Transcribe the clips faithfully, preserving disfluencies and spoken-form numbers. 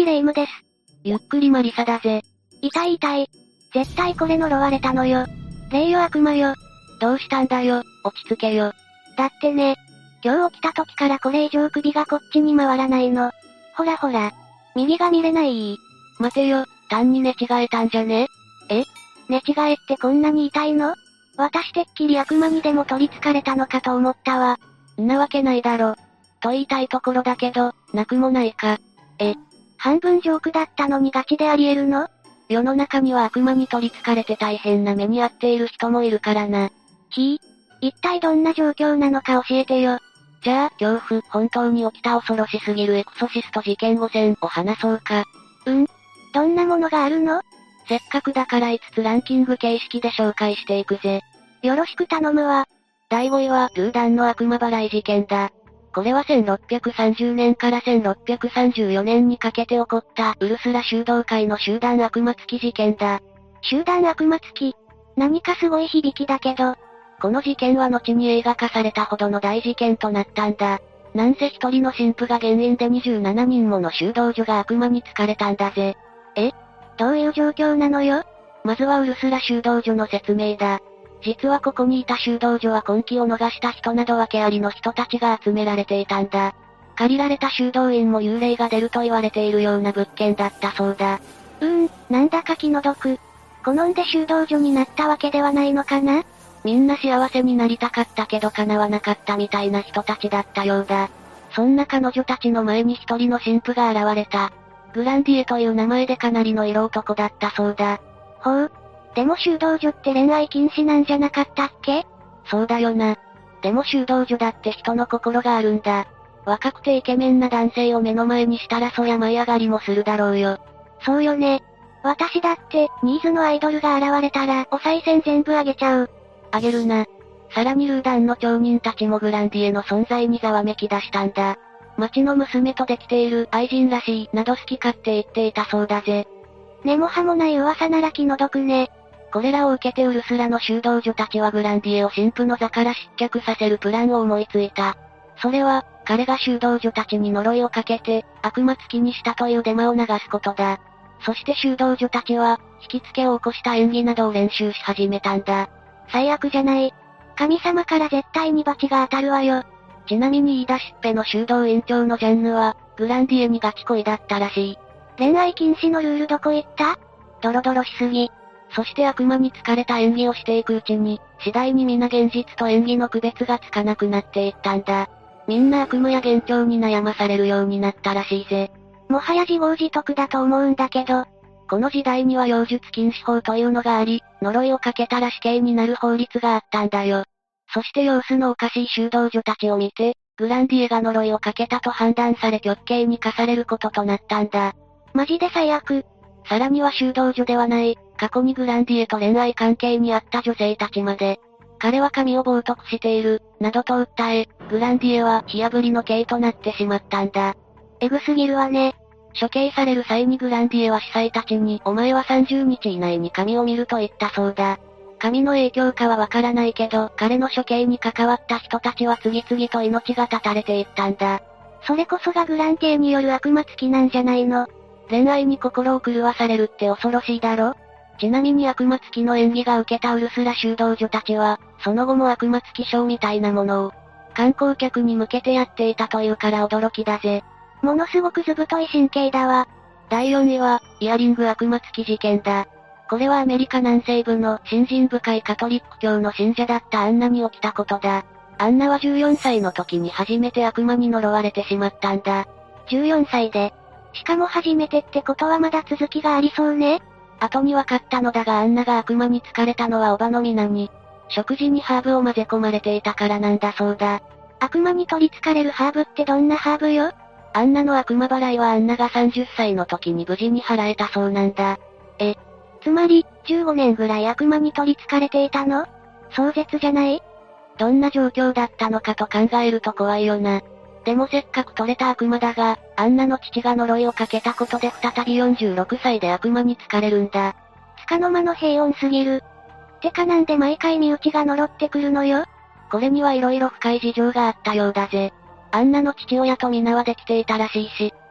レ夢ムです。 ゆっくりマリサだぜ。 痛い痛い。絶対これ呪われたのよ。霊よ悪魔よ。 どうしたんだよ、落ち着けよ。 だってね、今日起きた時からこれ以上首がこっちに回らないの。ほらほら、右が見れない。 待てよ、単に寝違えたんじゃね？ え？寝違えってこんなに痛いの？私てっきり悪魔にでも取り憑かれたのかと思ったわ。 んなわけないだろ。と言いたいところだけど、なくもないか。 え、半分ジョークだったのにガチであり得るの？ 世の中には悪魔に取り憑かれて大変な目に遭っている人もいるからな。 ひぃ、一体どんな状況なのか教えてよ。 じゃあ、恐怖、本当に起きた恐ろしすぎるエクソシスト事件ごせんを話そうか。 うん？どんなものがあるの？ せっかくだからいつつランキング形式で紹介していくぜ。 よろしく頼むわ。 だいごいは、ルーダンの悪魔払い事件だ。これはせんろっぴゃくさんじゅうねんからせんろっぴゃくさんじゅうよねんにかけて起こった、ウルスラ修道会の集団悪魔つき事件だ。 集団悪魔つき？何かすごい響きだけど。 この事件は後に映画化されたほどの大事件となったんだ。なんせ一人の神父が原因でにじゅうななにんもの修道女が悪魔に疲れたんだぜ。 え？どういう状況なのよ？ まずはウルスラ修道女の説明だ。実はここにいた修道女は婚期を逃した人など訳ありの人たちが集められていたんだ。借りられた修道院も幽霊が出ると言われているような物件だったそうだ。 うーん、なんだか気の毒。好んで修道女になったわけではないのかな？ みんな幸せになりたかったけど叶わなかったみたいな人たちだったようだ。そんな彼女たちの前に一人の神父が現れた。グランディエという名前でかなりの色男だったそうだ。 ほう。でも修道女って恋愛禁止なんじゃなかったっけ？ そうだよな。でも修道女だって人の心があるんだ。若くてイケメンな男性を目の前にしたらそりゃ舞い上がりもするだろうよ。 そうよね。私だって、ニーズのアイドルが現れたら、お賽銭全部あげちゃう。 あげるな。さらにルーダンの町人たちもグランディエの存在にざわめき出したんだ。町の娘とできている愛人らしいなど好き勝手言っていたそうだぜ。 根も葉もない噂なら気の毒ね。 これらを受けてウルスラの修道女たちはグランディエを神父の座から失脚させるプランを思いついた。それは、彼が修道女たちに呪いをかけて、悪魔つきにしたというデマを流すことだ。そして修道女たちは、引き付けを起こした演技などを練習し始めたんだ。 最悪じゃない。神様から絶対に罰が当たるわよ。 ちなみに言い出しっぺの修道院長のジャンヌは、グランディエにガチ恋だったらしい。 恋愛禁止のルールどこ行った？ドロドロしすぎ。 そして悪魔に疲れた演技をしていくうちに、次第に皆現実と演技の区別がつかなくなっていったんだ。みんな悪夢や幻聴に悩まされるようになったらしいぜ。 もはや自業自得だと思うんだけど。 この時代には妖術禁止法というのがあり、呪いをかけたら死刑になる法律があったんだよ。そして様子のおかしい修道女たちを見て、グランディエが呪いをかけたと判断され極刑に課されることとなったんだ。 マジで最悪。 さらには修道女ではない、過去にグランディエと恋愛関係にあった女性たちまで。彼は神を冒涜している、などと訴え、グランディエは火炙りの刑となってしまったんだ。 えぐすぎるわね。 処刑される際にグランディエは司祭たちに、お前はさんじゅうにち以内に神を見ると言ったそうだ。神の影響かはわからないけど、彼の処刑に関わった人たちは次々と命が絶たれていったんだ。 それこそがグランディエによる悪魔つきなんじゃないの？ 恋愛に心を狂わされるって恐ろしいだろ？ちなみに悪魔つきの演技が受けたウルスラ修道女たちは、その後も悪魔つきショーみたいなものを、観光客に向けてやっていたというから驚きだぜ。 ものすごく図太い神経だわ。 だいよんいは、イヤリング悪魔つき事件だ。これはアメリカ南西部の信心深いカトリック教の信者だったアンナに起きたことだ。アンナはじゅうよんさいの時に初めて悪魔に呪われてしまったんだ。 じゅうよんさいで。しかも初めてってことはまだ続きがありそうね。 後に分かったのだがアンナが悪魔に疲れたのはおばの皆に、食事にハーブを混ぜ込まれていたからなんだそうだ。 悪魔に取り憑かれるハーブってどんなハーブよ？ アンナの悪魔払いはアンナがさんじゅっさいの時に無事に払えたそうなんだ。 え、つまり、じゅうごねんぐらい悪魔に取り憑かれていたの？壮絶じゃない？ どんな状況だったのかと考えると怖いよな。でもせっかく取れた悪魔だが、アンナの父が呪いをかけたことで再びよんじゅうろくさいで悪魔に疲れるんだ。 束の間の平穏すぎる。てかなんで毎回身内が呪ってくるのよ？ これには色々深い事情があったようだぜ。アンナの父親と皆はできていたらしいし、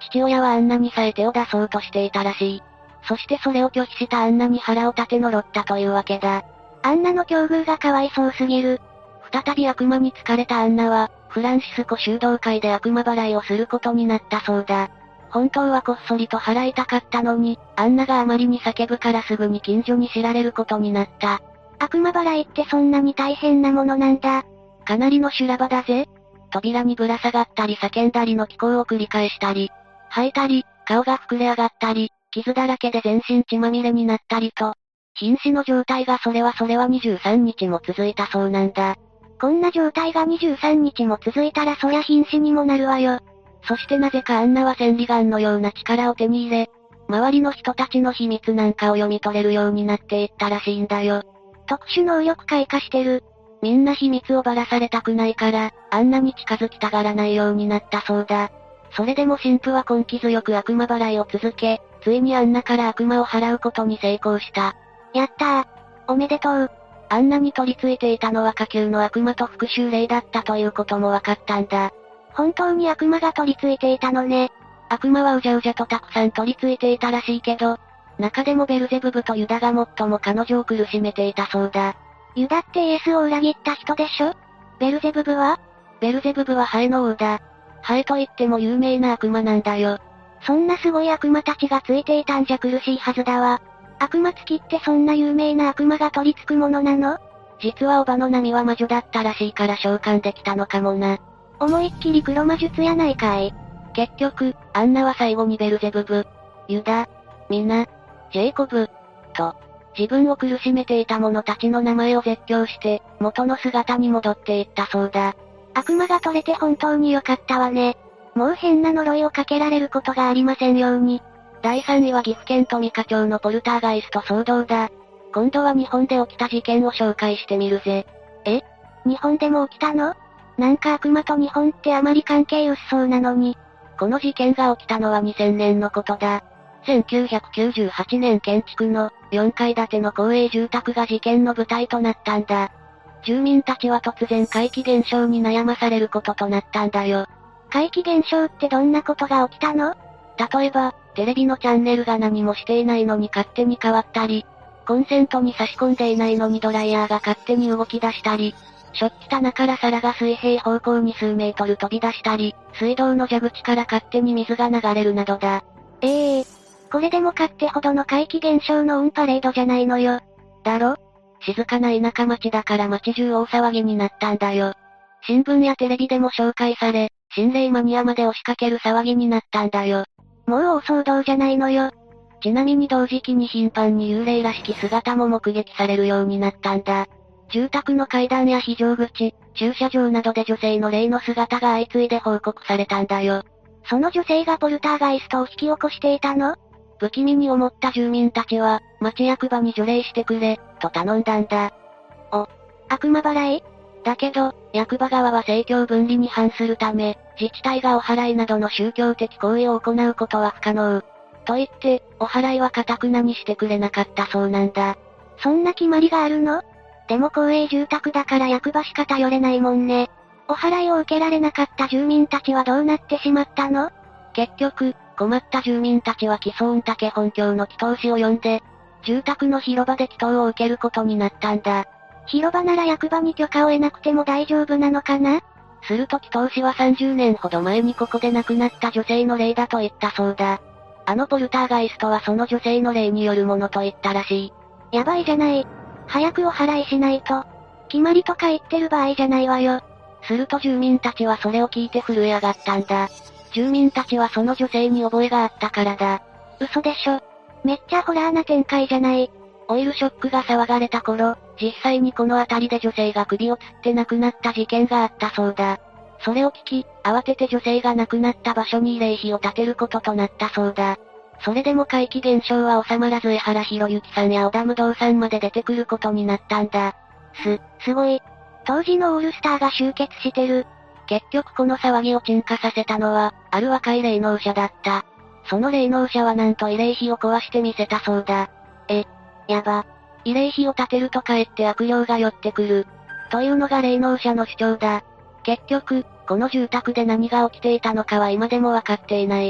父親はアンナにさえ手を出そうとしていたらしい。そしてそれを拒否したアンナに腹を立て呪ったというわけだ。 アンナの境遇がかわいそうすぎる。 再び悪魔に疲れたアンナは、フランシスコ修道会で悪魔払いをすることになったそうだ。本当はこっそりと払いたかったのに、アンナがあまりに叫ぶからすぐに近所に知られることになった。 悪魔払いってそんなに大変なものなんだ。 かなりの修羅場だぜ。扉にぶら下がったり叫んだりの奇行を繰り返したり、吐いたり、顔が膨れ上がったり、傷だらけで全身血まみれになったりと、瀕死の状態がそれはそれはにじゅうさんにちも続いたそうなんだ。 こんな状態がにじゅうさんにちも続いたらそりゃ瀕死にもなるわよ。 そしてなぜかアンナは千里眼のような力を手に入れ、周りの人たちの秘密なんかを読み取れるようになっていったらしいんだよ。 特殊能力開花してる。 みんな秘密をばらされたくないから、アンナに近づきたがらないようになったそうだ。それでも神父は根気強く悪魔払いを続け、ついにアンナから悪魔を払うことに成功した。 やったー。おめでとう。 アンナに取り付いていたのは下級の悪魔と復讐霊だったということも分かったんだ。 本当に悪魔が取り付いていたのね。 悪魔はうじゃうじゃとたくさん取り付いていたらしいけど、中でもベルゼブブとユダが最も彼女を苦しめていたそうだ。 ユダってイエスを裏切った人でしょ？ベルゼブブは？ ベルゼブブはハエの王だ。ハエと言っても有名な悪魔なんだよ。 そんなすごい悪魔たちがついていたんじゃ苦しいはずだわ。悪魔付きってそんな有名な悪魔が取り付くものなの？ 実はおばの波は魔女だったらしいから召喚できたのかもな。 思いっきり黒魔術やないかい。 結局、アンナは最後にベルゼブブ、ユダ、ミナ、ジェイコブ、と、自分を苦しめていた者たちの名前を絶叫して、元の姿に戻っていったそうだ。 悪魔が取れて本当に良かったわね。もう変な呪いをかけられることがありませんように。 だいさんいは岐阜県富加町のポルターガイスト騒動だ。今度は日本で起きた事件を紹介してみるぜ。 え？日本でも起きたの？なんか悪魔と日本ってあまり関係薄そうなのに。 この事件が起きたのはにせんねんのことだ。せんきゅうひゃくきゅうじゅうはちねん建築のよんかい建ての公営住宅が事件の舞台となったんだ。住民たちは突然怪奇現象に悩まされることとなったんだよ。 怪奇現象ってどんなことが起きたの？ 例えば、テレビのチャンネルが何もしていないのに勝手に変わったり、コンセントに差し込んでいないのにドライヤーが勝手に動き出したり、食器棚から皿が水平方向に数メートル飛び出したり、水道の蛇口から勝手に水が流れるなどだ。 ええー、これでもかってほどの怪奇現象のオンパレードじゃないのよ。 だろ？静かな田舎町だから町中大騒ぎになったんだよ。新聞やテレビでも紹介され、心霊マニアまで押しかける騒ぎになったんだよ。 もう大騒動じゃないのよ。 ちなみに同時期に頻繁に幽霊らしき姿も目撃されるようになったんだ。住宅の階段や非常口、駐車場などで女性の霊の姿が相次いで報告されたんだよ。 その女性がポルターガイストを引き起こしていたの？ 不気味に思った住民たちは、町役場に除霊してくれ、と頼んだんだ。 お、悪魔払い？ だけど、役場側は政教分離に反するため、自治体がお祓いなどの宗教的行為を行うことは不可能。と言って、お祓いは堅くなにしてくれなかったそうなんだ。 そんな決まりがあるの？でも公営住宅だから役場しか頼れないもんね。お祓いを受けられなかった住民たちはどうなってしまったの？ 結局、困った住民たちは木曽御嶽本郷の祈祷師を呼んで、住宅の広場で祈祷を受けることになったんだ。 広場なら役場に許可を得なくても大丈夫なのかな？ すると祈祷師はさんじゅうねんほど前にここで亡くなった女性の霊だと言ったそうだ。あのポルターガイストはその女性の霊によるものと言ったらしい。 やばいじゃない。早くお祓いしないと。決まりとか言ってる場合じゃないわよ。 すると住民たちはそれを聞いて震え上がったんだ。住民たちはその女性に覚えがあったからだ。 嘘でしょ。めっちゃホラーな展開じゃない。 オイルショックが騒がれた頃、実際にこの辺りで女性が首を吊って亡くなった事件があったそうだ。それを聞き、慌てて女性が亡くなった場所に慰霊碑を建てることとなったそうだ。それでも怪奇現象は収まらず江原博之さんや小田無道さんまで出てくることになったんだ。 す、すごい。当時のオールスターが集結してる。 結局この騒ぎを鎮火させたのは、ある若い霊能者だった。その霊能者はなんと慰霊碑を壊してみせたそうだ。 え、やば。 慰霊碑を建てるとか言って悪霊が寄ってくる。というのが霊能者の主張だ。結局、この住宅で何が起きていたのかは今でもわかっていない。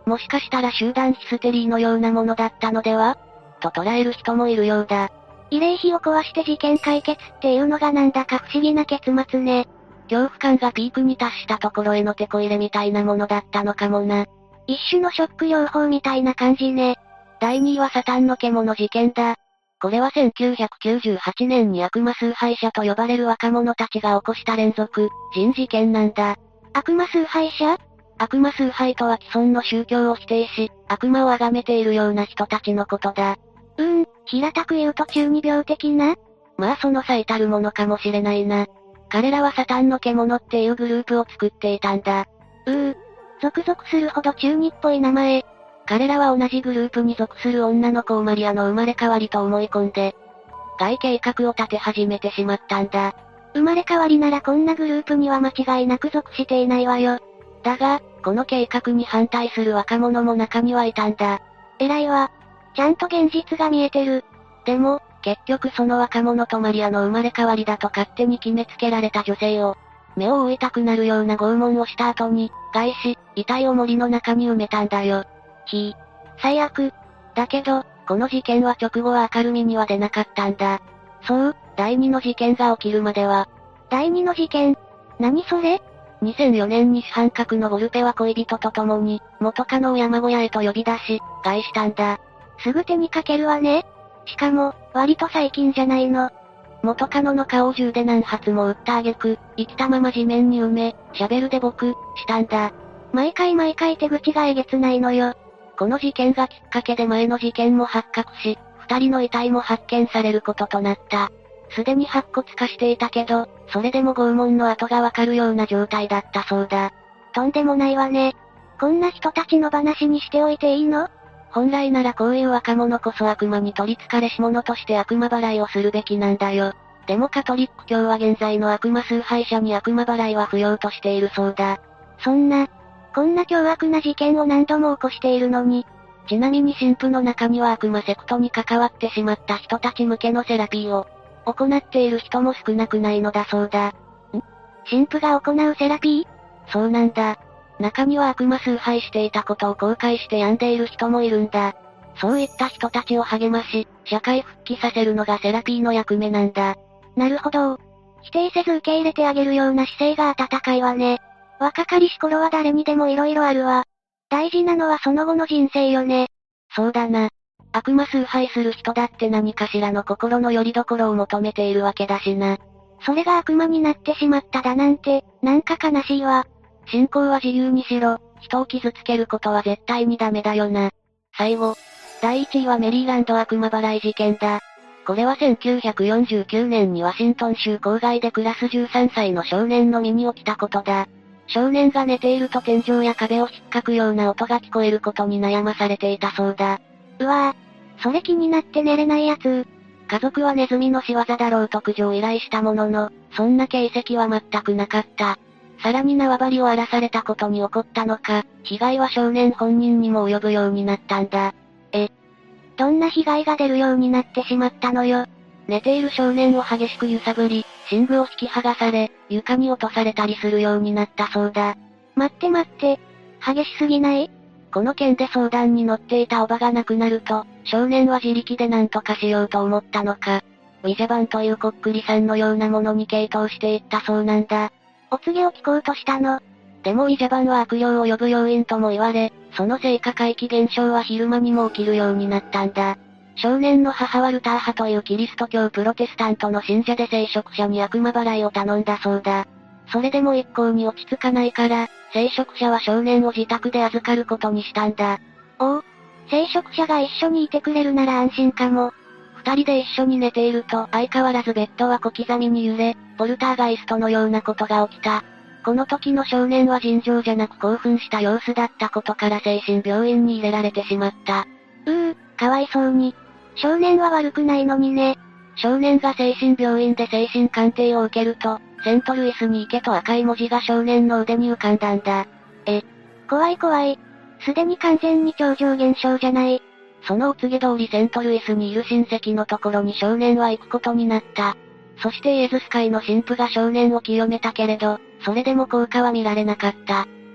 もしかしたら集団ヒステリーのようなものだったのではと捉える人もいるようだ。 慰霊碑を壊して事件解決っていうのがなんだか不思議な結末ね。 恐怖感がピークに達したところへのテこ入れみたいなものだったのかもな。 一種のショック療法みたいな感じね。 だいにいはサタンの獣事件だ。これはせんきゅうひゃくきゅうじゅうはちねんに悪魔崇拝者と呼ばれる若者たちが起こした連続、人事件なんだ。 悪魔崇拝者？ 悪魔崇拝とは既存の宗教を否定し、悪魔を崇めているような人たちのことだ。 うーん、平たく言うと中二病的な？ まあその最たるものかもしれないな。彼らはサタンの獣っていうグループを作っていたんだ。 うー、ゾクゾクするほど中二っぽい名前。 彼らは同じグループに属する女の子をマリアの生まれ変わりと思い込んで、外計画を立て始めてしまったんだ。 生まれ変わりならこんなグループには間違いなく属していないわよ。 だが、この計画に反対する若者も中にはいたんだ。 偉いわ。ちゃんと現実が見えてる。 でも、結局その若者とマリアの生まれ変わりだと勝手に決めつけられた女性を、目を覆いたくなるような拷問をした後に、害し、遺体を森の中に埋めたんだよ。 ひ、最悪。 だけど、この事件は直後は明るみには出なかったんだ。そう、だいにの事件が起きるまでは。 だいにの事件？何それ？ にせんよねんに主犯格のゴルペは恋人と共に、元カノを山小屋へと呼び出し、害したんだ。 すぐ手にかけるわね。しかも、割と最近じゃないの。 元カノの顔を銃で何発も撃った挙句、生きたまま地面に埋め、シャベルで僕、したんだ。 毎回毎回手口がえげつないのよ。 この事件がきっかけで前の事件も発覚し、二人の遺体も発見されることとなった。すでに白骨化していたけど、それでも拷問の跡がわかるような状態だったそうだ。 とんでもないわね。こんな人たちの話にしておいていいの？ 本来ならこういう若者こそ悪魔に取り憑かれし者として悪魔払いをするべきなんだよ。でもカトリック教は現在の悪魔崇拝者に悪魔払いは不要としているそうだ。 そんな、こんな凶悪な事件を何度も起こしているのに。 ちなみに神父の中には悪魔セクトに関わってしまった人たち向けのセラピーを行っている人も少なくないのだそうだ。 ん？神父が行うセラピー？そうなんだ。中には悪魔崇拝していたことを後悔して病んでいる人もいるんだ。そういった人たちを励まし、社会復帰させるのがセラピーの役目なんだ。 なるほど。否定せず受け入れてあげるような姿勢が温かいわね。若かりし頃は誰にでも色々あるわ。大事なのはその後の人生よね。 そうだな。悪魔崇拝する人だって何かしらの心の拠り所を求めているわけだしな。 それが悪魔になってしまっただなんて、なんか悲しいわ。 信仰は自由にしろ、人を傷つけることは絶対にダメだよな。最後。だいいちいはメリーランド悪魔払い事件だ。これはせんきゅうひゃくよんじゅうきゅうねんにワシントン州郊外で暮らすじゅうさんさいの少年の身に起きたことだ。少年が寝ていると天井や壁を引っかくような音が聞こえることに悩まされていたそうだ。 うわぁ、それ気になって寝れないやつ。 家族はネズミの仕業だろうと駆除を依頼したものの、そんな形跡は全くなかった。さらに縄張りを荒らされたことに怒ったのか、被害は少年本人にも及ぶようになったんだ。 え、どんな被害が出るようになってしまったのよ。 寝ている少年を激しく揺さぶり、寝具を引き剥がされ、床に落とされたりするようになったそうだ。 待って待って、激しすぎない？ この件で相談に乗っていたおばが亡くなると、少年は自力で何とかしようと思ったのか、ウィジャバンというこっくりさんのようなものに傾倒していったそうなんだ。 お告げを聞こうとしたの。 でもウィジャバンは悪霊を呼ぶ要因とも言われ、そのせいか怪奇現象は昼間にも起きるようになったんだ。少年の母はルター派というキリスト教プロテスタントの信者で聖職者に悪魔払いを頼んだそうだ。それでも一向に落ち着かないから、聖職者は少年を自宅で預かることにしたんだ。 おお、聖職者が一緒にいてくれるなら安心かも。 二人で一緒に寝ていると相変わらずベッドは小刻みに揺れ、ポルターガイストのようなことが起きた。この時の少年は尋常じゃなく興奮した様子だったことから精神病院に入れられてしまった。 うー、かわいそうに。少年は悪くないのにね。 少年が精神病院で精神鑑定を受けると、セントルイスに行けと赤い文字が少年の腕に浮かんだんだ。 え、怖い怖い。すでに完全に超常現象じゃない。 そのお告げ通りセントルイスにいる親戚のところに少年は行くことになった。そしてイエズス会の神父が少年を清めたけれど、それでも効果は見られなかった。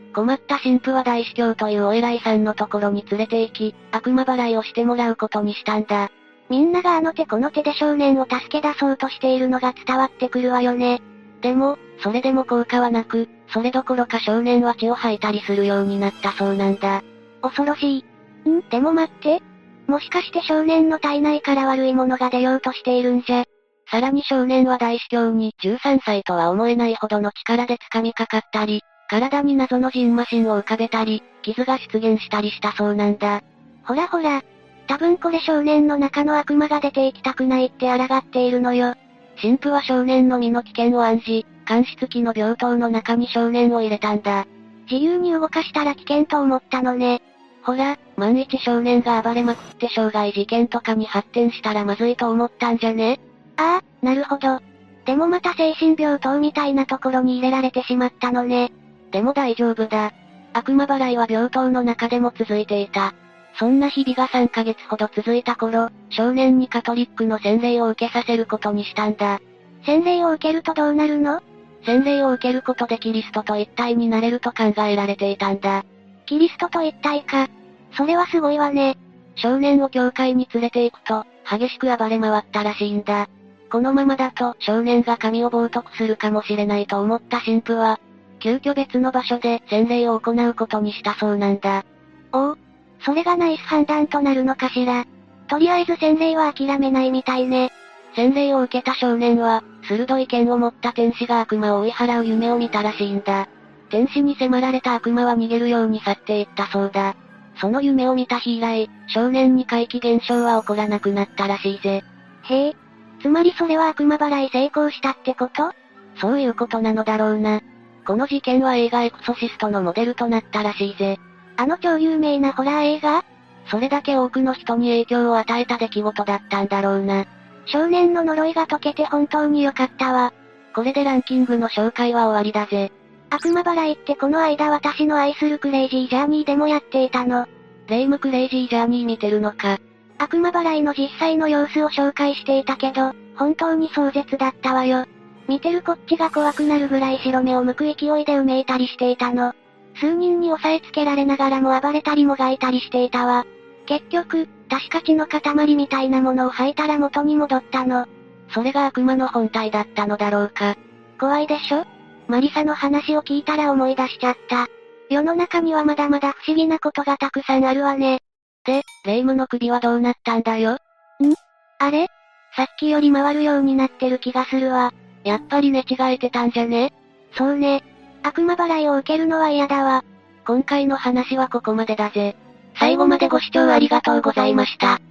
困った神父は大司教というお偉いさんのところに連れて行き、悪魔払いをしてもらうことにしたんだ。 みんながあの手この手で少年を助け出そうとしているのが伝わってくるわよね。 でも、それでも効果はなく、それどころか少年は血を吐いたりするようになったそうなんだ。 恐ろしい。んでも待って。もしかして少年の体内から悪いものが出ようとしているんじゃ。 さらに少年は大司教にじゅうさんさいとは思えないほどの力で掴みかかったり、体に謎のジンマシンを浮かべたり、傷が出現したりしたそうなんだ。 ほらほら。多分これ少年の中の悪魔が出て行きたくないって抗っているのよ。 神父は少年の身の危険を案じ、鑑識機の病棟の中に少年を入れたんだ。 自由に動かしたら危険と思ったのね。 ほら、万一少年が暴れまくって傷害事件とかに発展したらまずいと思ったんじゃね？ ああ、なるほど。でもまた精神病棟みたいなところに入れられてしまったのね。 でも大丈夫だ。悪魔払いは病棟の中でも続いていた。そんな日々がさんかげつほど続いた頃、少年にカトリックの洗礼を受けさせることにしたんだ。 洗礼を受けるとどうなるの？ 洗礼を受けることでキリストと一体になれると考えられていたんだ。 キリストと一体か。それはすごいわね。 少年を教会に連れて行くと、激しく暴れ回ったらしいんだ。このままだと少年が神を冒涜するかもしれないと思った神父は、急遽別の場所で洗礼を行うことにしたそうなんだ。 おお、それがナイス判断となるのかしら。とりあえず洗礼は諦めないみたいね。 洗礼を受けた少年は、鋭い剣を持った天使が悪魔を追い払う夢を見たらしいんだ。天使に迫られた悪魔は逃げるように去っていったそうだ。その夢を見た日以来、少年に怪奇現象は起こらなくなったらしいぜ。 へえ。つまりそれは悪魔払い成功したってこと？ そういうことなのだろうな。この事件は映画エクソシストのモデルとなったらしいぜ。 あの超有名なホラー映画？ それだけ多くの人に影響を与えた出来事だったんだろうな。 少年の呪いが解けて本当に良かったわ。 これでランキングの紹介は終わりだぜ。 悪魔払いってこの間私の愛するクレイジージャーニーでもやっていたの。 レイムクレイジージャーニー見てるのか。 悪魔払いの実際の様子を紹介していたけど、本当に壮絶だったわよ。見てるこっちが怖くなるぐらい白目を向く勢いでうめいたりしていたの。数人に押さえつけられながらも暴れたりもがいたりしていたわ。結局、確か血の塊みたいなものを吐いたら元に戻ったの。 それが悪魔の本体だったのだろうか。 怖いでしょ？マリサの話を聞いたら思い出しちゃった。世の中にはまだまだ不思議なことがたくさんあるわね。 で、レイムの首はどうなったんだよ？ ん？あれ？さっきより回るようになってる気がするわ。 やっぱり寝違えてたんじゃね？ そうね。悪魔払いを受けるのは嫌だわ。 今回の話はここまでだぜ。最後までご視聴ありがとうございました。